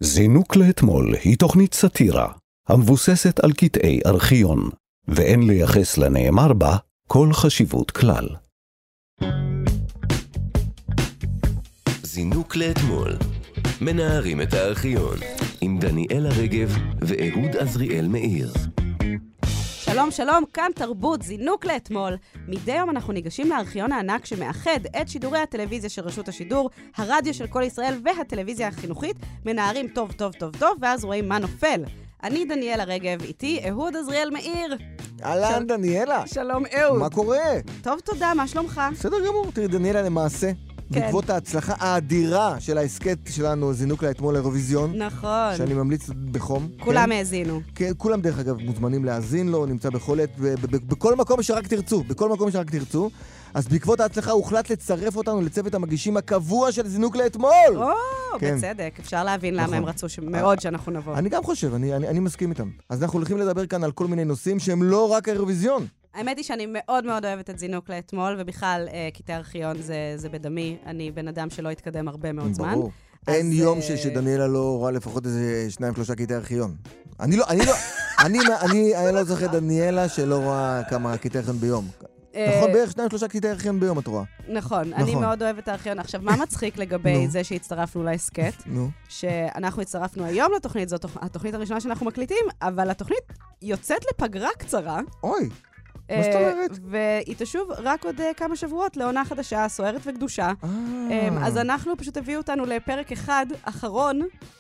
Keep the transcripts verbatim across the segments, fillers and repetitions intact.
זינוק לאתמול היא תוכנית סאטירה, המבוססת על קטעי ארכיון, ואין לייחס לנאמר בה כל חשיבות כלל. זינוק לאתמול, מנערים את הארכיון, עם דניאלה רגב ואהוד עזריאל מאיר. שלום שלום, כאן תרבות, זינוק לאתמול. מדי יום אנחנו ניגשים לארכיון הענק שמאחד את שידורי הטלוויזיה של רשות השידור, הרדיו של כל ישראל והטלוויזיה החינוכית, מנערים טוב טוב טוב טוב, ואז רואים מה נופל. אני דניאלה רגב, איתי אהוד עזריאל מאיר. אהלן של... דניאלה. שלום אהוד. מה קורה? טוב, תודה, מה שלומך? בסדר גמור, תראי דניאלה למעשה. כן. בעקבות ההצלחה האדירה של העסקת שלנו, זינוק לאתמול לאירוויזיון. נכון. שאני ממליץ בחום. כולם כן? האזינו. כן, כולם דרך אגב מוזמנים להאזין לו, נמצא בכל עת, בכל מקום שרק תרצו, בכל מקום שרק תרצו. אז בעקבות ההצלחה הוחלט לצרף אותנו לצוות המגישים הקבוע של זינוק לאתמול. או, כן. בצדק. אפשר להבין נכון. למה הם רצו מאוד שאנחנו נבוא. אני גם חושב, אני, אני, אני מסכים איתם. אז אנחנו הולכים לדבר כאן על כל מיני נושאים שהם לא רק האירוויזיון. האמת היא שאני מאוד מאוד אוהבת את זינוק לאתמול, ובכלל, אה, קטעי ארכיון זה, זה בדמי. אני בן אדם שלא התקדם הרבה מאוד זמן. ברור. אין יום ש, שדניאלה לא רואה לפחות איזה שניים, שלושה קטעי ארכיון. אני לא, אני לא, אני, אני, אני לא זוכר דניאלה שלא רואה כמה קטעי ארכיון ביום. נכון, בערך שניים, שלושה קטעי ארכיון ביום, את רואה. נכון, אני מאוד אוהבת את הארכיון. עכשיו, מה מצחיק לגבי זה שהצטרפנו לעסקת? שאנחנו הצטרפנו היום לתוכנית, זאת התוכנית הראשונה שאנחנו מקליטים, אבל התוכנית יוצאת לפגרה קצרה. אוי. מה זאת אומרת? והיא תשוב רק עוד כמה שבועות לעונה חדשה, סוערת וקדושה. אז אנחנו פשוט הביאו אותנו לפרק אחד אחרון,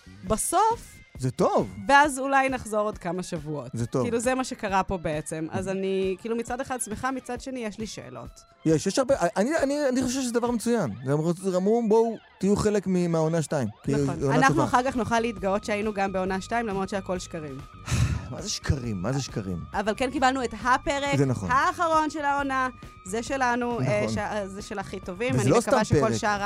בסוף. זה טוב. ואז אולי נחזור עוד כמה שבועות. זה טוב. כאילו זה מה שקרה פה בעצם. אז אני, כאילו מצד אחד שמחה, מצד שני יש לי שאלות. יש, יש הרבה, אני, אני, אני חושב שזה דבר מצוין. אמרו, בואו, תהיו חלק מהעונה שתיים. נכון. אנחנו אחר כך נוכל להתגאות שהיינו גם בעונה שתיים, למרות שהכל שקרים. מה זה שקרים? מה זה שקרים? אבל כן קיבלנו את הפרק נכון. האחרון של העונה, זה שלנו, נכון. אה, ש... זה של הכי טובים. וזה אני לא מקווה סתם שכל פרק. שאר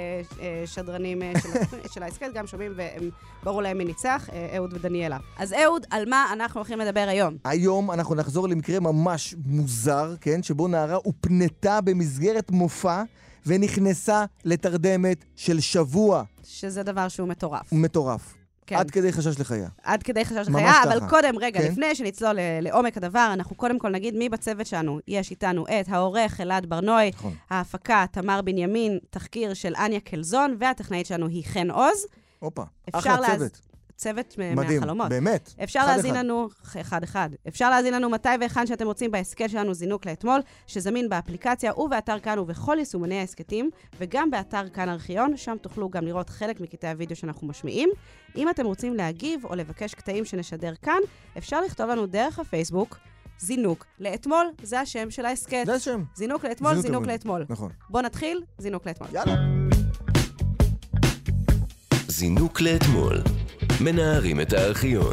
השדרנים של, של העסקת גם שומעים, והם ברור להם מי ניצח, אה, אהוד ודניאלה. אז אהוד, על מה אנחנו הולכים לדבר היום? היום אנחנו נחזור למקרה ממש מוזר, כן? שבו נערה הופנתה במסגרת מופע, ונכנסה לתרדמת של שבוע. שזה דבר שהוא מטורף. מטורף. כן. עד כדי חשש לחייה. עד כדי חשש לחייה, אבל ככה. קודם, רגע, כן? לפני שנצלול לעומק הדבר, אנחנו קודם כל נגיד מי בצוות שלנו. יש איתנו את העורך אלעד ברנוי, נכון. ההפקה תמר בנימין, תחקיר של אניה קלזון, והטכנאית שלנו היא חן עוז. אופה, אחלה להז... צוות. צוות מדהים, מהחלומות. באמת. אפשר להזין לנו, אחד אחד, אפשר להזין לנו מתי ואחד שאתם רוצים בהסקט שלנו זינוק לאתמול, שזמין באפליקציה ובאתר כאן ובכל יישומני ההסקטים, וגם באתר כאן ארכיון, שם תוכלו גם לראות חלק מקטעי הוידאו שאנחנו משמיעים. אם אתם רוצים להגיב או לבקש קטעים שנשדר כאן, אפשר לכתוב לנו דרך הפייסבוק, זינוק לאתמול, זה השם של ההסקט. זה השם. זינוק לאתמול, זינוק, זינוק לאתמול. נכון. בוא נתחיל, זינוק לאתמול. יאללה. זינוק לאתמול. מנערים את הארכיון.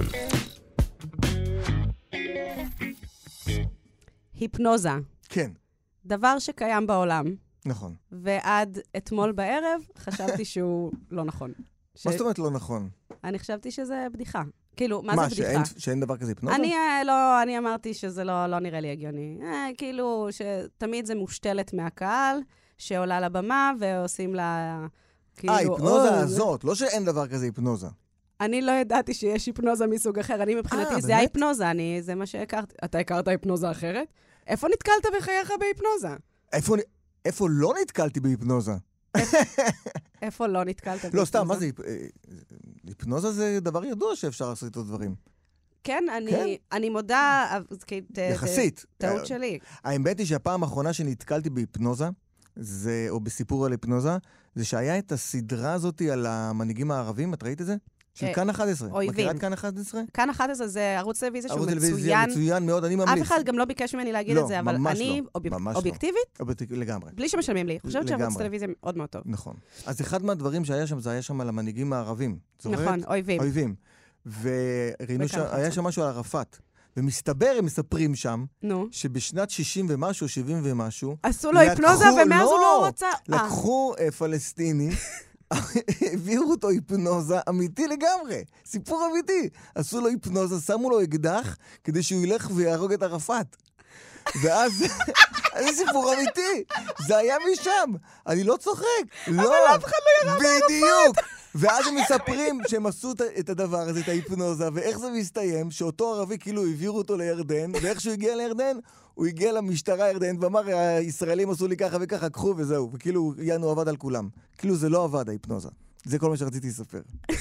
היפנוזה. כן. דבר שקיים בעולם. נכון. ועד אתמול בערב חשבתי שהוא לא נכון. מה זאת אומרת לא נכון? אני חשבתי שזה בדיחה. כאילו, מה זה בדיחה? מה, שאין דבר כזה היפנוזה? אני לא, אני אמרתי שזה לא נראה לי הגיוני. כאילו, שתמיד זה מושתלת מהקהל, שעולה לבמה ועושים לה... אה, היפנוזה הזאת, לא שאין דבר כזה היפנוזה. אני לא ידעתי שיש היפנוזה מסוג אחר. אני מבחינתי, זה ההיפנוזה, אני, זה מה שהכרתי. אתה הכרת היפנוזה אחרת? איפה נתקלת בחייך בהיפנוזה? איפה, איפה לא נתקלתי בהיפנוזה? איפה לא נתקלת בהיפנוזה? לא, סתם, מה זה? היפנוזה זה דבר ידוע שאפשר לעשות את הדברים. כן, אני, אני מודה... יחסית. טעות שלי. האמת היא שהפעם האחרונה שנתקלתי בהיפנוזה, זה, או בסיפור על היפנוזה, זה שהיה את הסדרה הזאת על המנהיגים הערבים, את ראית את זה? של כאן אחת עשרה. אויבים. מכירה את כאן אחת עשרה? כאן אחת עשרה זה ערוץ טלוויזיה שהוא מצוין. ערוץ טלוויזיה מצוין מאוד, אני ממליץ. אף אחד גם לא ביקש ממני להגיד את זה, אבל אני אובייקטיבית? לגמרי. בלי שמשלמים לי. אני חושבת שערוץ טלוויזיה מאוד מאוד טוב. נכון. אז אחד מהדברים שהיה שם, זה היה שם על המנהיגים הערבים. נכון, אויבים. אויבים. והיה שם משהו על ערפאת. ומסתבר, הם מספרים שם, שבשנת שישים ומשהו, שבעים ומשהו, עשו לו היפנוזה ומאז הוא לא רוצה... לקחו פלסטיני, הביאו אותו היפנוזה אמיתי לגמרי, סיפור אמיתי. עשו לו היפנוזה, שמו לו אקדח, כדי שהוא ילך ויהרוג את ערפאת. ואז, זה סיפור אמיתי, זה היה משם, אני לא צוחק. אבל אף אחד לא ירד בדיוק. ואז הם מספרים שהם עשו את הדבר הזה, את ההיפנוזה, ואיך זה מסתיים, שאותו ערבי כאילו העבירו אותו לירדן, ואיך שהוא הגיע לירדן, הוא הגיע למשטרה ירדן, ואמר, הישראלים עשו לי ככה וככה, קחו וזהו, וכאילו יענו עבד על כולם. כאילו זה לא עבד, ההיפנוזה. זה כל מה שרציתי לספר.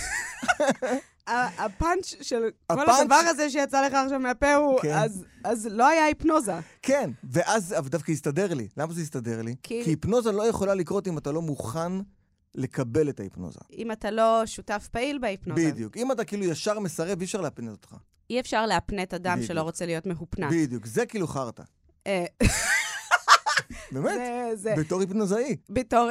הפאנץ' של כל הדבר הזה שיצא לך עכשיו מהפה הוא, אז לא היה היפנוזה. כן, ואז דווקא הסתדר לי. למה זה הסתדר לי? כי היפנוזה לא יכולה לקרות אם אתה לא מוכן לקבל את ההיפנוזה. אם אתה לא שותף פעיל בהיפנוזה. בדיוק. אם אתה כאילו ישר מסרב, אי אפשר להפנט אותך. אי אפשר להפנט אדם שלא רוצה להיות מהופנט. בדיוק. זה כאילו חרטה. באמת? בתור היפנוזאי. בתור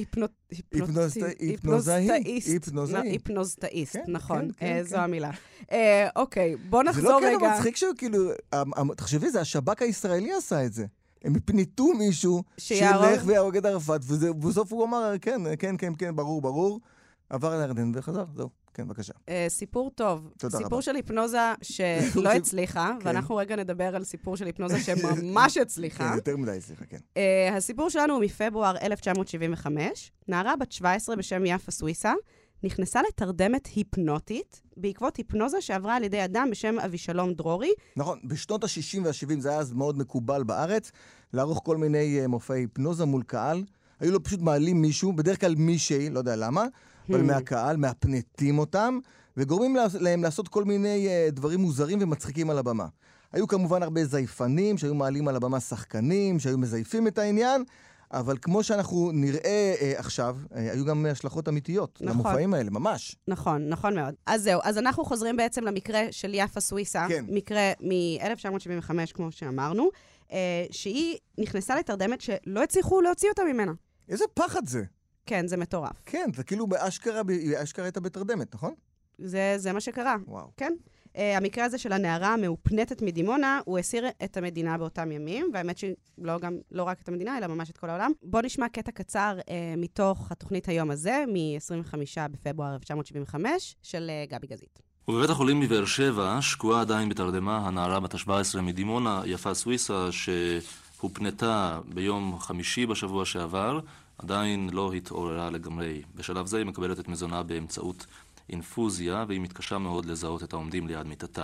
היפנוזאי. היפנוזאיסט, נכון. זו המילה. אוקיי, בוא נחזור רגע. זה לא כאילו מצחיק שהוא כאילו, תחשבי, זה השב"כ הישראלי עשה את זה. הם הפניתו מישהו שילך ויהרוג את ערפאת, ובסוף הוא אמר, כן, כן, כן, כן, ברור, ברור. עבר לירדן וחזר, זהו. כן, בבקשה. סיפור טוב. סיפור של היפנוזה שלא הצליחה, ואנחנו רגע נדבר על סיפור של היפנוזה שממש הצליחה. כן, יותר מדי הצליחה, כן. הסיפור שלנו הוא מפברואר אלף תשע מאות שבעים וחמש. נערה בת שבע עשרה בשם יפה סוויסה נכנסה לתרדמת היפנוטית בעקבות היפנוזה שעברה על ידי אדם בשם אבישלום דרורי. נכון, בשנות ה-שישים וה-שבעים זה היה אז מאוד מקובל בארץ, לערוך כל מיני מופעי היפנוזה מול קהל. היו לו פשוט מעלים מישהו, בדרך כלל מישהי, לא יודע למה, אבל מהקהל, מהפנטים אותם, וגורמים להם לעשות כל מיני דברים מוזרים ומצחיקים על הבמה. היו כמובן הרבה זייפנים, שהיו מעלים על הבמה שחקנים, שהיו מזייפים את העניין, אבל כמו שאנחנו נראה עכשיו, היו גם השלכות אמיתיות נכון. למופעים האלה, ממש. נכון, נכון מאוד. אז זהו, אז אנחנו חוזרים בעצם למקרה של יפה סוויסה, כן. מקרה מ-אלף תשע מאות שבעים וחמש, כמו שאמרנו, שהיא נכנסה לתרדמת שלא הצליחו להוציא אותה ממנה. איזה פחד זה. כן, זה מטורף. כן, זה כאילו באשכרה, באשכרה הייתה בתרדמת, נכון? זה, זה מה שקרה. וואו. כן. Uh, המקרה הזה של הנערה המאופנטת מדימונה, הוא הסיר את המדינה באותם ימים, והאמת שלא גם, לא רק את המדינה, אלא ממש את כל העולם. בוא נשמע קטע קצר uh, מתוך התוכנית היום הזה, מ-עשרים וחמישה בפברואר אלף תשע מאות שבעים וחמש, של uh, גבי גזית. ובבית החולים מבאר שבע, שקועה עדיין בתרדמה, הנערה בת ה-שבע עשרה מדימונה, יפה סוויסה, שהופנתה ביום חמישי בשבוע שעבר, עדיין לא התעוררה לגמרי. בשלב זה היא מקבלת את מזונה באמצעות אינפוזיה, והיא מתקשה מאוד לזהות את העומדים ליד מיטתה.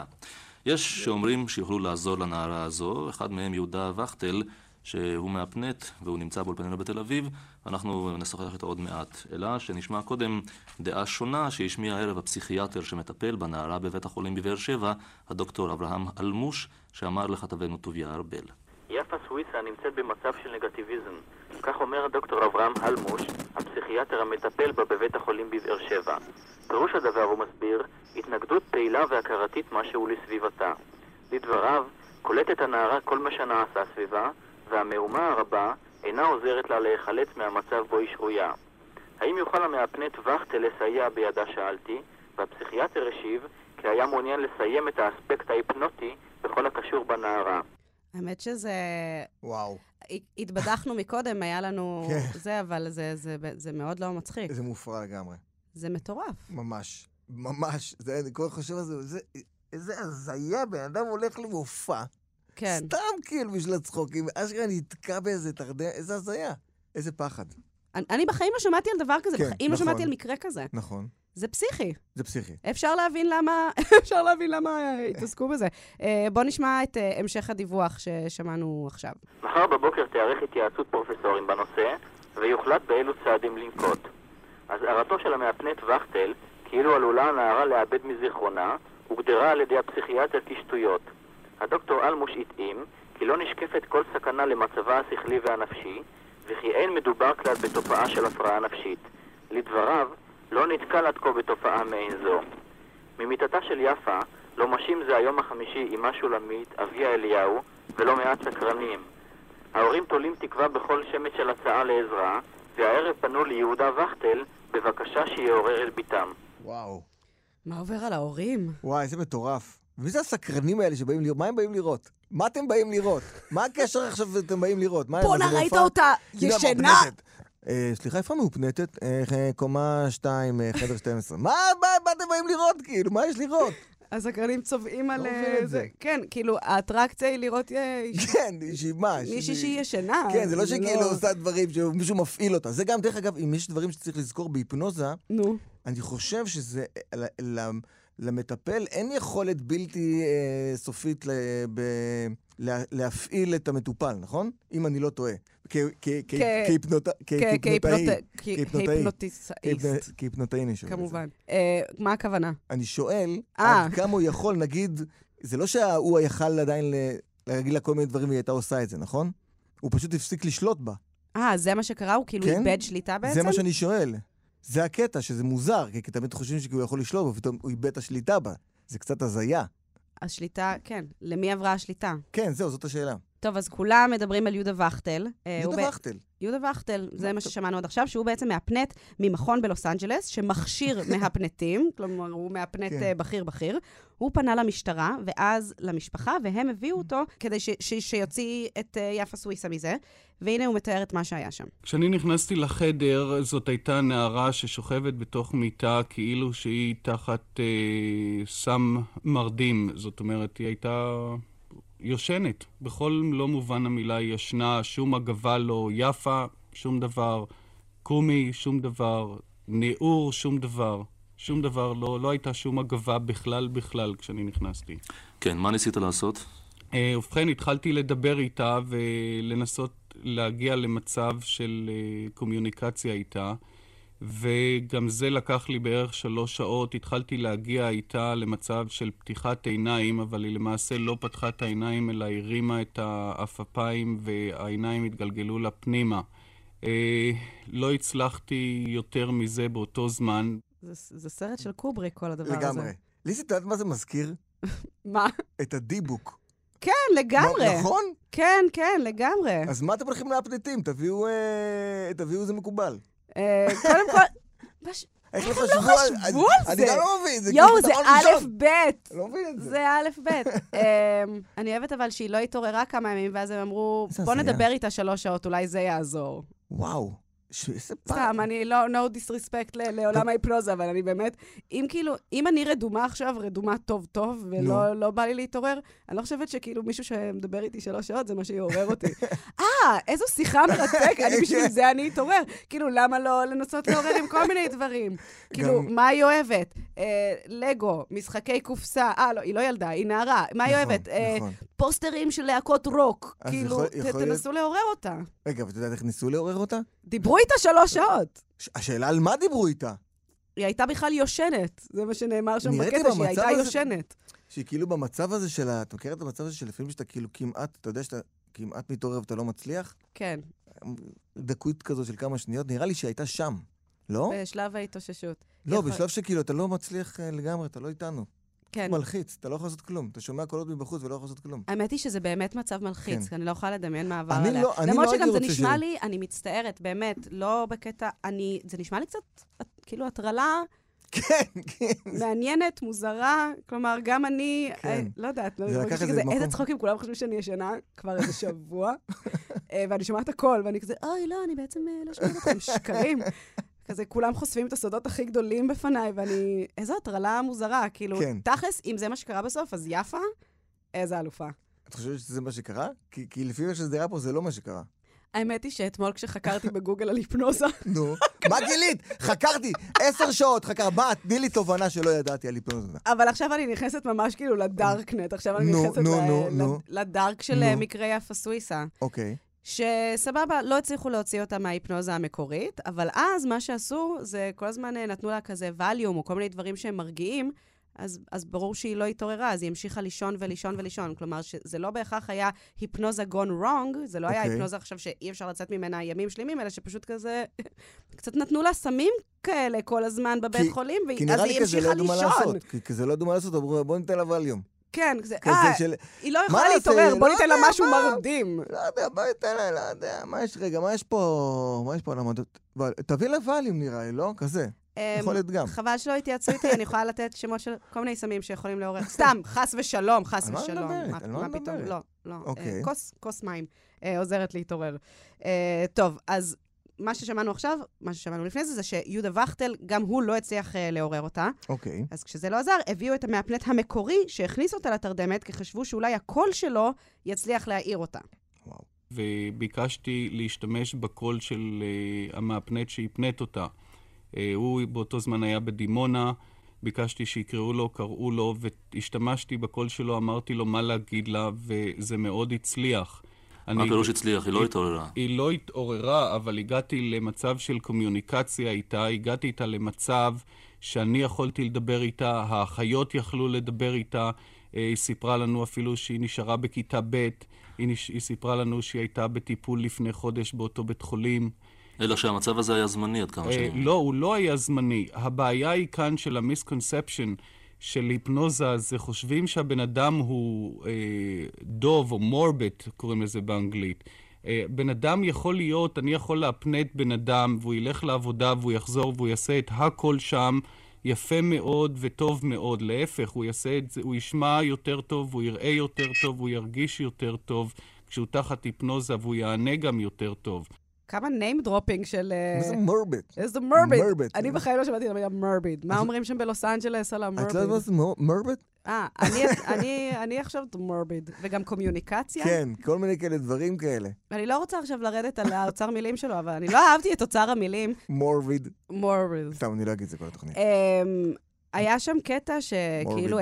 יש שאומרים שיוכלו לעזור לנערה הזו, אחד מהם יהודה וכטל, שהוא מהפנט והוא נמצא באולפנינו בתל אביב, ואנחנו נשוחח איתו עוד מעט. אלא שנשמע קודם דעה שונה שהשמיע הערב הפסיכיאטר שמטפל בנערה בבית החולים בבאר שבע, הדוקטור אברהם אלמוש, שאמר לכתבנו טוביה ארבל. יפה סוויסה נמצאת במצב של נגטיביזם. כך אומר דוקטור אברהם אלמוש, הפסיכיאטר המטפל בה בבית החולים בבאר שבע. פירוש הדבר, הוא מסביר, התנגדות פעילה והכרתית משהו לסביבתה. לדבריו, קולטת הנערה כל מה שנעשה סביבה, והמהומה הרבה אינה עוזרת לה להיחלץ מהמצב בו היא שרויה. האם יוכל המאפנט וכטל לסייע בידה שאלתי, והפסיכיאטר השיב כי היה מעוניין לסיים את האספקט ההיפנוטי בכל הקשור בנערה. האמת שזה... וואו. התבדחנו מקודם, היה לנו זה, אבל זה, זה, זה מאוד לא מצחיק. זה מופרע לגמרי. זה מטורף. ממש, ממש. זה, אני כל חושב על זה, זה, איזה הזיה, בן אדם הולך למופע. כן. סתם כאילו בשביל הצחוקים, אשכרה נתקע באיזה תרדמת, איזה הזיה. איזה פחד. אני, אני בחיים לא שמעתי על דבר כזה, כן, בחיים נכון. לא שמעתי על מקרה כזה. נכון. זה פסיכי. זה פסיכי. אפשר להבין למה, אפשר להבין למה התעסקו בזה. בוא נשמע את המשך הדיווח ששמענו עכשיו. מחר בבוקר תיארך התייעצות פרופסורים בנושא, ויוחלט באילו צעדים לנקוט. הזהרתו של המאפנט וכטל, כאילו עלולה הנערה לאבד מזיכרונה, הוגדרה על ידי הפסיכיאטר כשטויות. הדוקטור אלמוש התאים, כי לא נשקפת כל סכנה למצבה השכלי והנפשי, וכי אין מדובר כלל בתופעה של הפרעה נפשית. לדבריו, לא נתקל עד כה בתופעה מעין זו. ממיטתה של יפה, לא משים זה היום החמישי אמה שולמית, אביה אליהו, ולא מעט סקרנים. ההורים תולים תקווה בכל שמץ של הצעה לעזרה, והערב פנו ליהודה וכטל בבקשה שיעורר את ביתם. וואו. מה עובר על ההורים? וואי, איזה מטורף. ומי זה הסקרנים האלה שבאים לראות? מה הם באים לראות? מה אתם באים לראות? מה הקשר עכשיו שאתם באים לראות? בונה, ראית אותה ישנה? סליחה, איפה מאופנטת? קומה שתיים, חדר שתים עשרה. מה אתם באים לראות? כאילו, מה יש לראות? הסקרנים צובעים על זה. כן, כאילו, האטרקציה היא לראות... כן, מה? מישהי שהיא ישנה. כן, זה לא שכאילו עושה דברים שמישהו מפעיל אותה. זה גם, דרך אגב, אם יש דברים שצריך לזכור בהיפנוזה, אני חושב שזה, למטפל אין יכולת בלתי אה, סופית ל, ב, לה, להפעיל את המטופל, נכון? אם אני לא טועה. כהיפנוטאי נשאר. כמובן. מה הכוונה? אני שואל, עד כמה הוא יכול, נגיד, זה לא שהוא היכל עדיין להגיד לה כל מיני דברים והיא הייתה עושה את זה, נכון? הוא פשוט הפסיק לשלוט בה. אה, זה מה שקרה? הוא כאילו איבד שליטה בעצם? זה מה שאני שואל. זה הקטע, שזה מוזר, כי תמיד חושבים שהוא יכול לשלוט בה, ופתאום הוא איבד את השליטה בה. זה קצת הזיה. השליטה, כן. למי עברה השליטה? כן, זהו, זאת השאלה. טוב, אז כולם מדברים על יהודה וכטל. יהודה וכטל. יהודה וכטל, זה מה ששמענו עד עכשיו, שהוא בעצם מהפנט ממכון בלוס אנג'לס, שמכשיר מהפנטים, כלומר, הוא מהפנט בכיר-בכיר. הוא פנה למשטרה, ואז למשפחה, והם הביאו אותו כדי שיוציא את יפה סוויסה מזה, והנה הוא מתאר את מה שהיה שם. כשאני נכנסתי לחדר, זאת הייתה נערה ששוכבת בתוך מיטה, כאילו שהיא תחת אה, סם מרדים. זאת אומרת, היא הייתה יושנת. בכל לא מובן המילה היא ישנה, שום אגבה לא, יפה, שום דבר, קומי, שום דבר, נאור, שום דבר. שום דבר, לא, לא הייתה שום אגבה בכלל בכלל כשאני נכנסתי. כן, מה ניסית לעשות? אה, ובכן, התחלתי לדבר איתה ולנסות להגיע למצב של אה, קומיוניקציה איתה, וגם זה לקח לי בערך שלוש שעות. התחלתי להגיע איתה למצב של פתיחת עיניים, אבל היא למעשה לא פתחה את העיניים, אלא הרימה את האפפיים והעיניים התגלגלו לפנימה. אה, לא הצלחתי יותר מזה באותו זמן. זה, זה סרט של קובריק, כל הדבר לגמרי. הזה. לגמרי. ליסי, אתה יודעת מה זה מזכיר? מה? את הדיבוק. כן, לגמרי. נכון? כן, כן, לגמרי. אז מה אתם הולכים להפנטים? תביאו, אה, תביאו זה מקובל. אה, קודם כל... בש... איך לא חשבו על זה? אני גם לא מבין. יואו, זה א' ב'. לא מבין את זה. זה א' ב'. אני אוהבת אבל שהיא לא התעוררה כמה ימים, ואז הם אמרו, בוא נדבר איתה שלוש שעות, אולי זה יעזור. וואו. סתם, אני לא, no disrespect לעולם ההיפנוזה, אבל אני באמת, אם כאילו, אם אני רדומה עכשיו, רדומה טוב טוב, ולא בא לי להתעורר, אני לא חושבת שכאילו מישהו שמדבר איתי שלוש שעות, זה מה שיעורר אותי. אה, איזו שיחה מרתק, אני בשביל זה אני אתעורר. כאילו, למה לא לנסות לעורר עם כל מיני דברים? כאילו, מה היא אוהבת? לגו, משחקי קופסה, אה, לא, היא לא ילדה, היא נערה. מה היא אוהבת? פוסטרים של להקות רוק. כאילו, תנסו לעורר אותה. רגע, אבל אתה יודעת איך ניסו לעורר אותה? דיברו איתה שלוש שעות. השאלה על מה דיברו איתה? היא הייתה בכלל יושנת. זה מה שנאמר שם בקטע, שהיא הייתה יושנת. שהיא כאילו במצב הזה שלה, אתה מכיר את המצב הזה של לפעמים שאתה כאילו כמעט, אתה יודע שאתה כמעט מתעורר ואתה לא מצליח? כן. דקות כזו של כמה שניות, נראה לי שהייתה שם. לא? בשלב ההתאוששות. לא, בשלב שכאילו אתה לא מצליח לגמרי, אתה לא איתנו. כן. מלחיץ, אתה לא יכול לעשות כלום. אתה שומע קולות מבחוץ ולא יכול לעשות כלום. האמת היא שזה באמת מצב מלחיץ, כי אני לא יכולה לדמיין מה עבר עליה. אני לא הייתי רוצה למרות שגם זה נשמע לי, אני מצטערת, באמת, לא בקטע, אני, זה נשמע לי קצת, כאילו, הטרלה כן, כן. מעניינת, מוזרה, כלומר, גם אני, לא יודעת, איזה צחוקים, כולם חושבים שאני ישנה כבר איזה שבוע, ואני שומעת הכל, ואני כזה, אוי, לא, אני בעצם לא שומעת אתכם שקרים. כזה, כולם חושפים את הסודות הכי גדולים בפניי, ואני... איזו הטרלה מוזרה, כאילו, כן. תכלס, אם זה מה שקרה בסוף, אז יפה, איזה אלופה. את חושבת שזה מה שקרה? כי, כי לפי מה שזה נראה פה, זה לא מה שקרה. האמת היא שאתמול כשחקרתי בגוגל על היפנוזה... נו, מה גילית? חקרתי, עשר שעות חקר, מה? תני לי תובנה שלא ידעתי על היפנוזה. אבל עכשיו אני נכנסת ממש כאילו לדארקנט, עכשיו אני נכנסת לדארק של מקרי יפה סוויסה. אוקיי. שסבבה, לא הצליחו להוציא אותה מההיפנוזה המקורית, אבל אז מה שעשו זה כל הזמן נתנו לה כזה ווליום או כל מיני דברים שהם מרגיעים, אז, אז ברור שהיא לא התעוררה, אז היא המשיכה לישון ולישון ולישון. כלומר, שזה לא בהכרח היה היפנוזה gone wrong, זה לא okay. היה היפנוזה עכשיו שאי אפשר לצאת ממנה ימים שלמים, אלא שפשוט כזה, קצת נתנו לה סמים כאלה כל הזמן בבית כי, חולים, ואז היא המשיכה לישון. כי, כי זה לא ידעו מה לעשות, בואו ניתן לה ווליום. כן, כזה, אה, היא לא יכולה להתעורר, בוא ניתן לה משהו מרדים. לא יודע, בוא ניתן לה, לא יודע, מה יש, רגע, מה יש פה, מה יש פה על המדות? תביא לה ווליום נראה לי, לא? כזה. יכול להיות גם. חבל שלא התייעצו איתי, אני יכולה לתת שמות של כל מיני סמים שיכולים לעורר. סתם, חס ושלום, חס ושלום. על מה מדברת? לא, לא. כוס מים עוזרת להתעורר. טוב, אז מה ששמענו עכשיו, מה ששמענו לפני זה, זה שיהודה וכטל, גם הוא לא הצליח לעורר אותה. אוקיי. אז כשזה לא עזר, הביאו את המהפנט המקורי שהכניס אותה לתרדמת, כי חשבו שאולי הקול שלו יצליח להעיר אותה. וואו. וביקשתי להשתמש בקול של המהפנט שהפנט אותה. הוא באותו זמן היה בדימונה, ביקשתי שיקראו לו, קראו לו, והשתמשתי בקול שלו, אמרתי לו מה להגיד לה, וזה מאוד הצליח. מה הפירוש הצליח? היא לא התעוררה. היא לא התעוררה, אבל הגעתי למצב של קומיוניקציה איתה, הגעתי איתה למצב שאני יכולתי לדבר איתה, האחיות יכלו לדבר איתה, היא סיפרה לנו אפילו שהיא נשארה בכיתה ב', היא, נש... היא סיפרה לנו שהיא הייתה בטיפול לפני חודש באותו בית חולים. אלא שהמצב הזה היה זמני עד כמה שנים. לא, הוא לא היה זמני. הבעיה היא כאן של המיסקונספשן של היפנוזה, זה חושבים שהבן אדם הוא אה, דוב או מורבט, קוראים לזה באנגלית. אה, בן אדם יכול להיות, אני יכול להפנט בן אדם, והוא ילך לעבודה והוא יחזור והוא יעשה את הכל שם, יפה מאוד וטוב מאוד. להפך, הוא יעשה את זה, הוא ישמע יותר טוב, הוא יראה יותר טוב, הוא ירגיש יותר טוב, כשהוא תחת היפנוזה, והוא יענה גם יותר טוב. כמה name dropping של... איזה מורביט. איזה מורביט. אני בחיים לא שמעתי את המילה מורביט. מה אומרים שם בלוס אנג'לס על המורביט? את לא יודעת מה זה מורביט? אה, אני עכשיו מורביט. וגם קומיוניקציה? כן, כל מיני כאלה דברים כאלה. אני לא רוצה עכשיו לרדת על האוצר מילים שלו, אבל אני לא אהבתי את אוצר המילים. מורביד. מורביד. סתם, אני לא אגיד את זה כל התוכנית. היה שם קטע שכאילו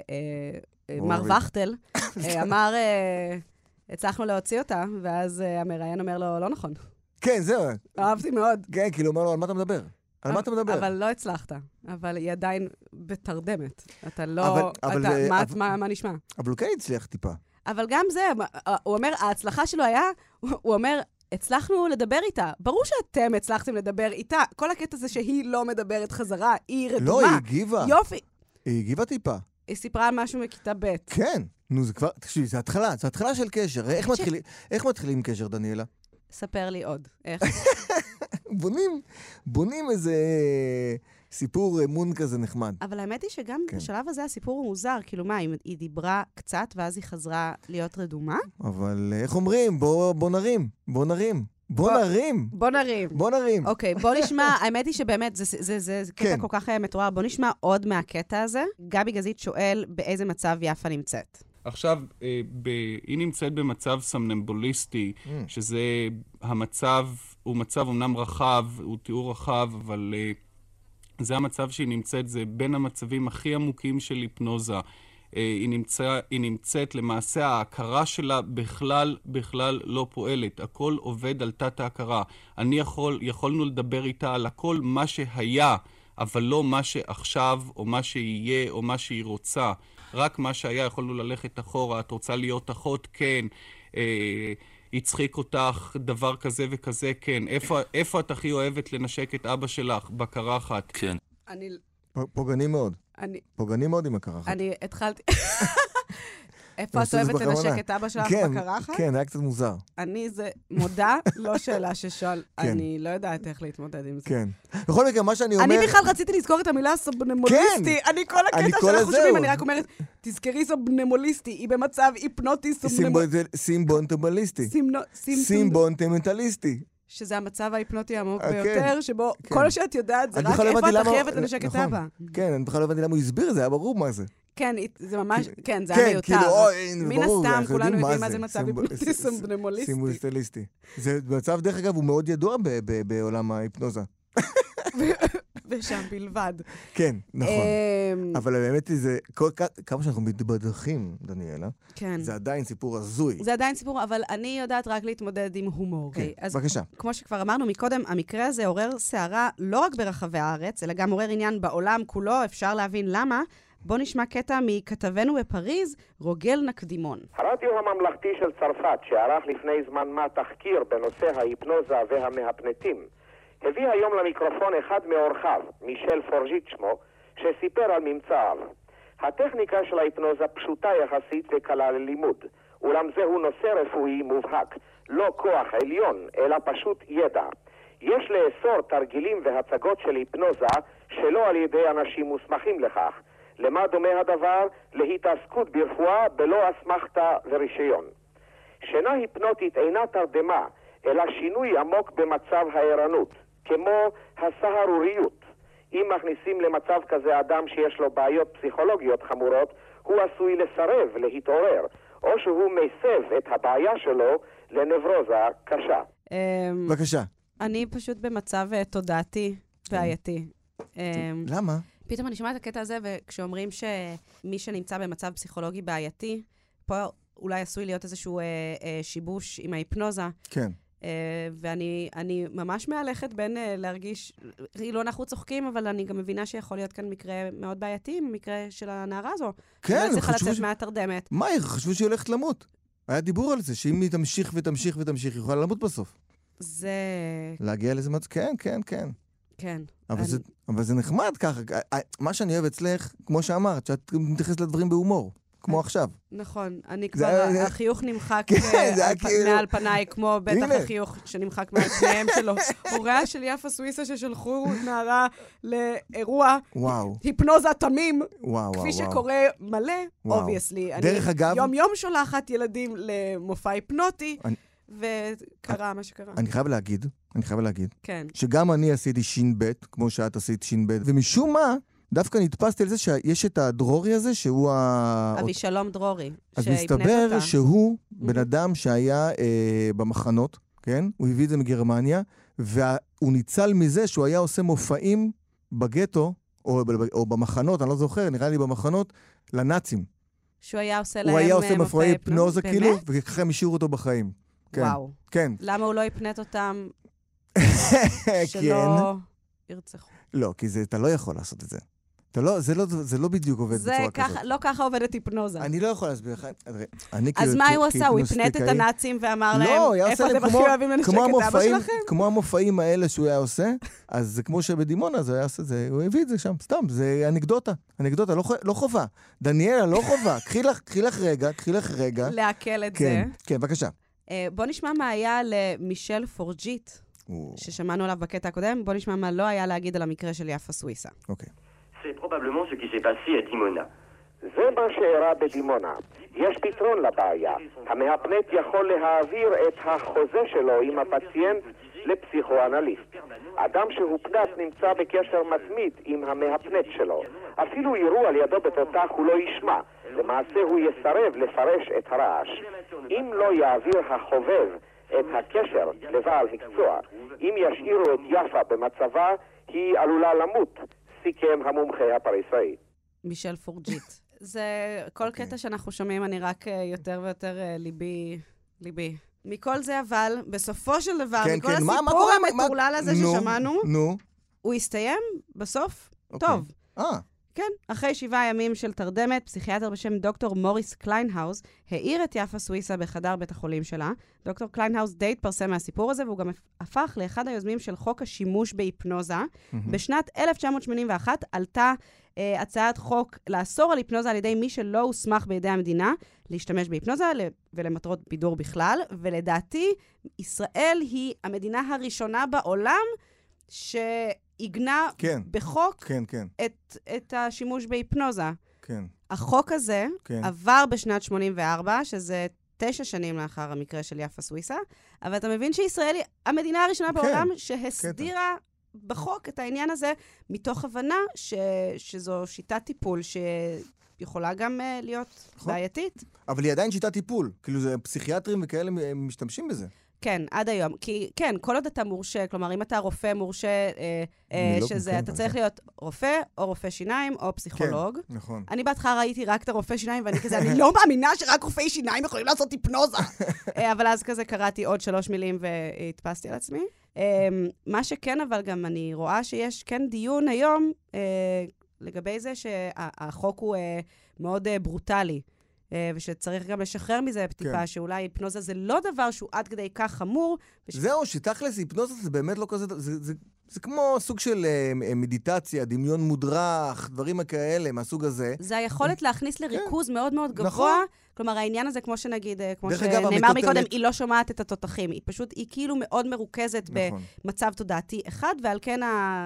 מר וכטל אמר, הצלחנו להוציא אותה, ואז המראיין אומר לו, לא נכון. כן, זהו. אהבתי מאוד. כן, כאילו אומר לו, על מה אתה מדבר? על מה אתה מדבר? אבל לא הצלחת. אבל היא עדיין בתרדמת. אתה לא... מה נשמע? אבל הוא כן הצליח טיפה. אבל גם זה, הוא אומר, ההצלחה שלו היה, הוא אומר, הצלחנו לדבר איתה. ברור שאתם הצלחתם לדבר איתה. כל הקטע זה שהיא לא מדברת חזרה, היא רדומה. לא, היא הגיבה. יופי. היא הגיבה טיפה. היא סיפרה על משהו מכיתה ב'. כן. נו, זה כבר... תקשיבי, זה התחלה. זה התחלה של קשר. איך מתחילים קשר, דניאלה? ספר לי עוד. איך? בונים, בונים איזה סיפור אמון כזה נחמד. אבל האמת היא שגם כן. בשלב הזה הסיפור הוא מוזר. כאילו מה, היא דיברה קצת ואז היא חזרה להיות רדומה? אבל איך אומרים? בוא, בוא נרים. בוא נרים. בוא, בוא נרים. בוא נרים. בוא נרים. אוקיי, בוא נשמע, האמת היא שבאמת, זה, זה, זה, זה כן. קטע כל כך מתואר. בוא נשמע עוד מהקטע הזה. גבי גזית שואל באיזה מצב יפה נמצאת. עכשיו, ב... היא נמצאת במצב סמנמבוליסטי, mm. שזה המצב, הוא מצב אומנם רחב, הוא תיאור רחב, אבל uh, זה המצב שהיא נמצאת, זה בין המצבים הכי עמוקים של היפנוזה. Uh, היא, נמצא, היא נמצאת, למעשה ההכרה שלה בכלל, בכלל לא פועלת. הכל עובד על תת ההכרה. אני יכול, יכולנו לדבר איתה על הכל מה שהיה, אבל לא מה שעכשיו, או מה שיהיה, או מה שהיא רוצה. רק מה שהיה, יכולנו ללכת אחורה, את רוצה להיות אחות? כן. אה, יצחיק אותך, דבר כזה וכזה? כן. איפה, איפה את הכי אוהבת לנשק את אבא שלך? בקרחת? כן. אני... פוגעני מאוד. אני... פוגעני מאוד עם הקרחת. אני התחלתי... איפה את אוהבת לנשק את אבא שלך בקרחת? כן, היה קצת מוזר. אני זה מודה, לא שאלה ששאל. אני לא יודעת איך להתמודד עם זה. כן. בכל מקרה, מה שאני אומר... אני בכלל רציתי לזכור את המילה סובנמוליסטי. אני כל הקטע שאנחנו שומעים, אני רק אומרת, תזכרי סובנמוליסטי, היא במצב היפנוטי סובנמוליסטי. סימבונטמליסטי. סימבונטמנטליסטי. שזה המצב ההיפנוטי העמוק ביותר, שבו כל שאת יודעת זה רק איפה את חייבת לנשק את אבא. כן, אני בכלל לא הבנתי למה הוא הסביר, זה היה ברור מה זה. כן, זה ממש, כן, זה היה מיותר. מן הסתם, כולנו יודעים מה זה מצב היפנוטי סומנמבוליסטי. סימבוליסטי. זה מצב, דרך אגב, הוא מאוד ידוע בעולם ההיפנוזה. ושם בלבד. כן, נכון. אבל באמת זה, כמה שאנחנו מתבדחים, דניאלה, זה עדיין סיפור הזוי. זה עדיין סיפור, אבל אני יודעת רק להתמודד עם הומור. בבקשה. כמו שכבר אמרנו מקודם, המקרה הזה עורר שערה לא רק ברחבי הארץ, אלא גם עורר עניין בעולם כולו, אפשר להבין למה. בוא נשמע קטע מכתבנו בפריז, רוגל נקדימון. הרדיו הממלכתי של צרפת, שערך לפני זמן מה תחקיר בנושא ההיפנוזה והמהפנטים, הביא היום למיקרופון אחד מאורחיו, מישל פורג'יט שמו, שסיפר על ממצאיו. הטכניקה של ההיפנוזה פשוטה יחסית וקלה ללימוד, אולם זהו נושא רפואי מובהק, לא כוח עליון, אלא פשוט ידע. יש לאסור תרגילים והצגות של היפנוזה שלא על ידי אנשים מוסמכים לכך. למה דומה הדבר? להתעסקות ברפואה בלא אסמכתה ורישיון. שינה היפנוטית אינה תרדמה, אלא שינוי עמוק במצב הערנות, כמו הסהרוריות. אם מכניסים למצב כזה אדם שיש לו בעיות פסיכולוגיות חמורות, הוא עשוי לסרב להתעורר, או שהוא מסב את הבעיה שלו לנברוזה קשה. בבקשה. אני פשוט במצב תודעתי בעייתי. למה? פתאום אני שומעת את הקטע הזה, וכשאומרים שמי שנמצא במצב פסיכולוגי בעייתי, פה אולי עשוי להיות איזשהו שיבוש עם ההיפנוזה. כן. ואני אני ממש מהלכת בין להרגיש, לא אנחנו צוחקים, אבל אני גם מבינה שיכול להיות כאן מקרה מאוד בעייתי, מקרה של הנערה הזו. כן, אני צריכה לצאת מהתרדמת. מה, חשבו שהיא הולכת למות. היה דיבור על זה, שאם היא תמשיך ותמשיך ותמשיך, היא יכולה למות בסוף. זה... להגיע לזה מצב, כן, כן, כן. כן. אבל, אני... זה, אבל זה נחמד ככה. מה שאני אוהב אצלך, כמו שאמרת, שאת מתייחסת לדברים בהומור. כמו עכשיו. נכון, אני כבר, החיוך נמחק מעל פניי, כמו בטח החיוך שנמחק מעל פניהם שלו. הוריה של יפה סוויסה ששלחו נערה לאירוע היפנוזה תמים, כפי שקורה מלא, obviously. דרך אגב... יום יום שולחת ילדים למופע היפנוטי, וקרה מה שקרה. אני חייב להגיד, אני חייב להגיד, כן. שגם אני עשיתי שין בית, כמו שאת עשית שין בית, ומשום מה, דווקא נתפסתי על זה שיש את הדרורי הזה, שהוא ה... אבישלום דרורי. אז מסתבר שהוא בן אדם שהיה אה, במחנות, כן? הוא הביא את זה מגרמניה, והוא ניצל מזה שהוא היה עושה מופעים בגטו, או, או במחנות, אני לא זוכר, נראה לי במחנות, לנאצים. שהוא היה עושה להם הוא היה עושה מופעי היפנוזה, באמת? כאילו, וככה הם השאירו אותו בחיים. כן, וואו. כן. למה הוא לא יפנט אותם שלא כן. ירצחו? לא, כי זה, אתה לא יכול לעשות את זה. לא, זה, לא, זה לא בדיוק עובד בצורה ככה, כזאת. לא ככה עובדת היפנוזה. אני לא יכול להסביר לך. אז מה הוא עשה? הוא הפנט את הנאצים ואמר להם, איפה אתם הכי אוהבים לנשק את אבא שלכם? כמו המופעים האלה שהוא היה עושה, אז זה כמו שבדימונה זה היה עושה זה, הוא הביא את זה שם, סתם, זה אנקדוטה, אנקדוטה, לא, לא חובה. דניאלה, לא חובה. קחי לך, קחי לך רגע, קחי לך רגע. להקל את כן, זה. כן, בבקשה. בוא נשמע מה היה למישל פורג'יט, ששמענו עליו בקטע הקודם, בוא נשמע מה לא היה להגיד על המקרה של יפה סוויסה. אוקיי. C'est probablement ce qui s'est passé à Dimona. זה מה שאירע בדימונה. יש פתרון לבעיה. המהפנט יכול להעביר את החוזה שלו עם הפציינט לפסיכואנליסט. אדם שהופנט נמצא בקשר מתמיד עם המהפנט שלו. אפילו ירו על ידו בתותח הוא לא ישמע. למעשה הוא יסרב לפרש את הרעש. אם לא יעביר החובב את הקשר לבעל מקצוע, אם ישאירו את יפה במצבה, היא עלולה למות. סיכם המומחה הפריסאי. מישל פורג'יט. זה כל קטע שאנחנו שומעים, אני רק יותר ויותר ליבי, ליבי. מכל זה אבל, בסופו של דבר, מכל הסיפור המטורלל הזה ששמענו, הוא הסתיים בסוף טוב. אה. כן, אחרי שבעה ימים של תרדמת, פסיכיאטר בשם דוקטור מוריס קליינהאוז העיר את יפה סוויסה בחדר בית החולים שלה. דוקטור קליינהאוז די התפרסם מהסיפור הזה, והוא גם הפך לאחד היוזמים של חוק השימוש בהיפנוזה. Mm-hmm. בשנת אלף תשע מאות שמונים ואחת עלתה אה, הצעת חוק לאסור על היפנוזה על ידי מי שלא הוסמך בידי המדינה להשתמש בהיפנוזה ולמטרות בידור בכלל, ולדעתי ישראל היא המדינה הראשונה בעולם ש... עיגנה כן, בחוק כן, כן. את, את השימוש בהיפנוזה. כן. החוק הזה כן. עבר בשנת שמונים וארבע, שזה תשע שנים לאחר המקרה של יפה סוויסה, אבל אתה מבין שישראל היא המדינה הראשונה כן. בעולם שהסדירה כן. בחוק את העניין הזה, מתוך הבנה ש, שזו שיטת טיפול שיכולה גם uh, להיות נכון. בעייתית. אבל היא עדיין שיטת טיפול. כאילו זה פסיכיאטרים וכאלה משתמשים בזה. כן, עד היום. כי, כן, כל עוד אתה מורשה, כלומר, אם אתה רופא מורשה, אה, אה, שזה, כן, אתה צריך נכון. להיות רופא, או רופא שיניים, או פסיכולוג. כן, נכון. אני בהתחלה ראיתי רק את הרופא שיניים, ואני כזה, אני לא מאמינה שרק רופאי שיניים יכולים לעשות היפנוזה. אה, אבל אז כזה קראתי עוד שלוש מילים והתפסתי על עצמי. אה, מה שכן, אבל גם אני רואה שיש כן דיון היום, אה, לגבי זה שהחוק הוא אה, מאוד אה, ברוטלי. ושצריך גם לשחרר מזה טיפה, כן. שאולי היפנוזה זה לא דבר שהוא עד כדי כך חמור. וש... זהו, שתכלס היפנוזה זה באמת לא כזה, זה, זה, זה, זה כמו סוג של uh, מדיטציה, דמיון מודרך, דברים כאלה, מהסוג הזה. זה היכולת להכניס לריכוז כן. מאוד מאוד גבוה. נכון. כלומר, העניין הזה, כמו שנגיד, כמו שנאמר המטוטלת... מקודם, היא לא שומעת את התותחים. היא פשוט, היא כאילו מאוד מרוכזת נכון. במצב תודעתי אחד, ועל כן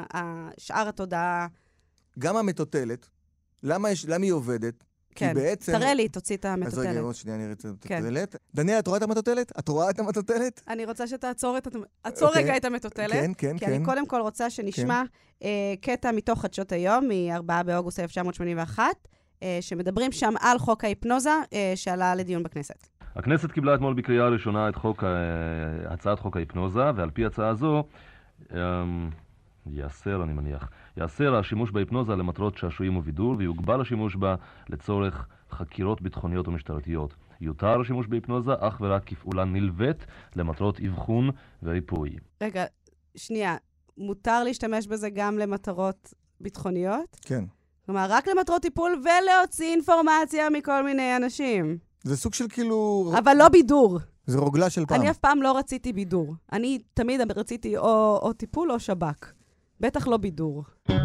השאר התודעה... גם המטוטלת, למה, יש, למה היא עובדת? כן, בעצם... תראה לי, תוציא את המטוטלת. אז רגע, עוד שנייה, אני אראה את המטוטלת. דניאל, את רואה את המטוטלת? את רואה את המטוטלת? אני רוצה שתעצור את... עצור רגע את המטוטלת. כן, כן, כי כן. אני קודם כל רוצה שנשמע קטע מתוך חדשות היום, מ-ארבעה באוגוסט אלף תשע מאות שמונים ואחת, שמדברים שם על חוק ההיפנוזה שעלה לדיון בכנסת. הכנסת קיבלה אתמול בקריאה ראשונה את חוק, הצעת חוק ההיפנוזה, ועל פי הצעה זו, יאסר אני מניח, יאסר השימוש בהיפנוזה למטרות שעשועים ובידור, ויוגבל השימוש בה לצורך חקירות ביטחוניות ומשטרתיות. יותר השימוש בהיפנוזה אך ורק כפעולה נלווית למטרות אבחון וריפוי. רגע, שנייה, מותר להשתמש בזה גם למטרות ביטחוניות? כן. כלומר, רק למטרות טיפול ולהוציא אינפורמציה מכל מיני אנשים. זה סוג של כאילו... אבל לא בידור. זה רוגלה של פעם. אני אף פעם לא רציתי בידור. אני תמיד רציתי או, או טיפול או שבק. בטח לא בידור.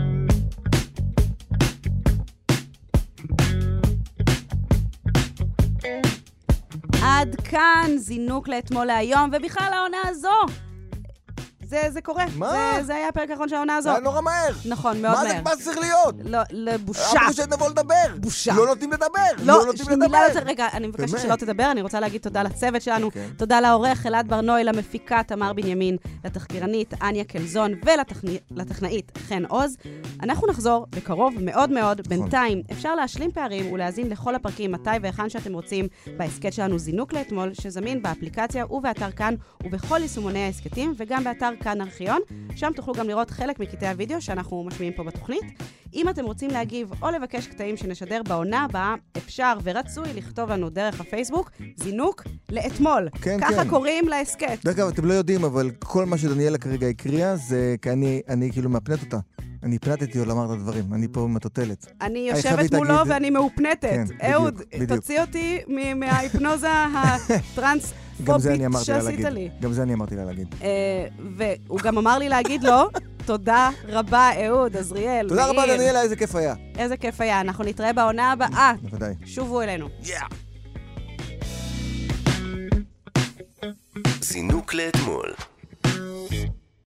עד כאן זינוק לאתמול להיום, ובכלל העונה הזו. זה, זה קורה. מה? זה, זה היה הפרק האחרון של העונה הזו. זה היה נורא מהר. נכון, מאוד מה מהר. זה כבר צריך להיות? לא, לבושה. אמרו שנבוא לדבר. בושה. לא נותנים לדבר. לא, לא נותנים לדבר. מילה יותר, רגע, אני מבקשת באמת? שלא תדבר, אני רוצה להגיד תודה לצוות שלנו, כן. תודה לעורך אלעד ברנוי, למפיקה תמר בנימין, לתחקירנית אניה קלזון ולטכנאית חן עוז. אנחנו נחזור בקרוב מאוד מאוד. בינתיים אפשר להשלים פערים ולהזין לכל הפרקים מתי והיכן שאתם רוצים בהסקט שלנו זינוק לאתמול, שזמין באפליקציה ובאתר כאן ובכל יישומוני ההסקטים, וגם באתר כאן ארכיון. שם תוכלו גם לראות חלק מקטעי הוידאו שאנחנו משמיעים פה בתוכנית. אם אתם רוצים להגיב או לבקש קטעים שנשדר בעונה הבאה, אפשר ורצוי לכתוב לנו דרך הפייסבוק, זינוק לאתמול. כן, ככה כן. קוראים להסקט. דרך אגב, אתם לא יודעים, אבל כל מה שדניאלה כרגע הקריאה, זה כי אני, אני כאילו מאפנת אותה. אני הפנתתי או לומר את הדברים, אני פה מטוטלת. אני אני יושבת חייבת מולו להגיד- ואני מאופנתת. כן, בדיוק, אהוד, בדיוק. תוציא אותי מ- מההיפנוזה הטרנספובית גם זה אני אמרתי לה שעשית להגיד. לי. גם זה אני אמרתי לה להגיד. אה, והוא גם אמר לי להגיד לו, תודה רבה, אהוד, עזריאל, תודה רבה, מאיר. דניאלה, איזה כיף היה. איזה כיף היה. אנחנו נתראה בעונה הבאה. בוודאי. שובו אלינו. זינוק לאתמול.